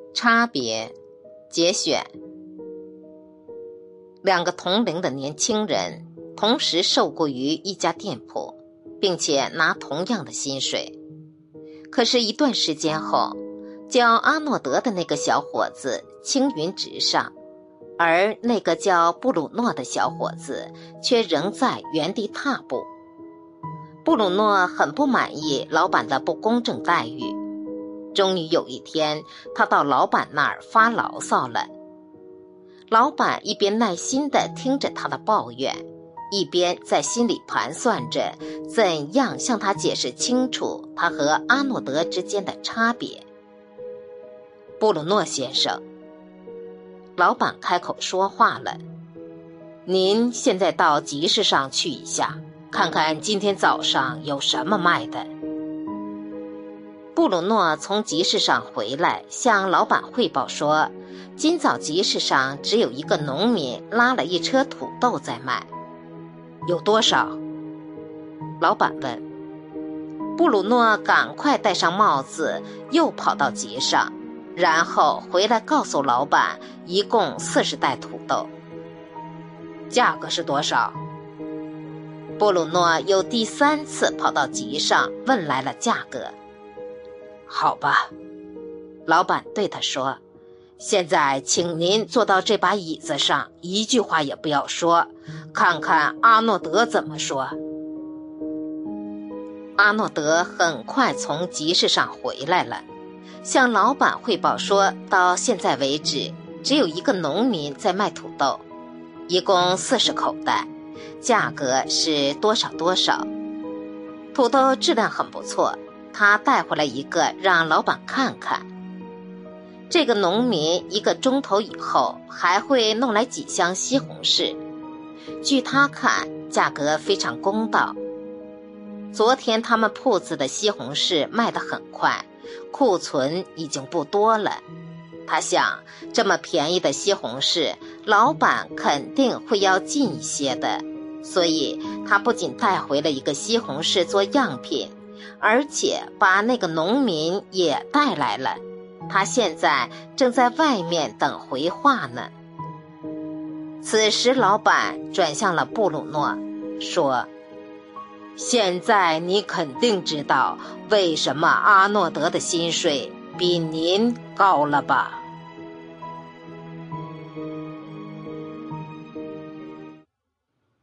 差别节选。两个同龄的年轻人同时受雇于一家店铺，并且拿同样的薪水。可是一段时间后，叫阿诺德的那个小伙子青云直上，而那个叫布鲁诺的小伙子却仍在原地踏步。布鲁诺很不满意老板的不公正待遇，终于有一天，他到老板那儿发牢骚了。老板一边耐心地听着他的抱怨，一边在心里盘算着怎样向他解释清楚他和阿诺德之间的差别。布鲁诺先生，老板开口说话了，您现在到集市上去一下，看看今天早上有什么卖的。布鲁诺从集市上回来，向老板汇报说，今早集市上只有一个农民拉了一车土豆在卖。有多少？老板问。布鲁诺赶快戴上帽子，又跑到集上，然后回来告诉老板，一共40袋土豆。价格是多少？布鲁诺又第3次跑到集上，问来了价格。好吧，老板对他说，现在请您坐到这把椅子上，一句话也不要说，看看阿诺德怎么说。阿诺德很快从集市上回来了，向老板汇报说，到现在为止，只有一个农民在卖土豆，一共40口袋，价格是多少多少。土豆质量很不错，他带回来一个让老板看看。这个农民1个钟头以后还会弄来几箱西红柿，据他看，价格非常公道。昨天他们铺子的西红柿卖得很快，库存已经不多了。他想，这么便宜的西红柿，老板肯定会要进一些的，所以他不仅带回了一个西红柿做样品，而且把那个农民也带来了。他现在正在外面等回话呢。此时老板转向了布鲁诺，说，现在你肯定知道为什么阿诺德的薪水比您高了吧？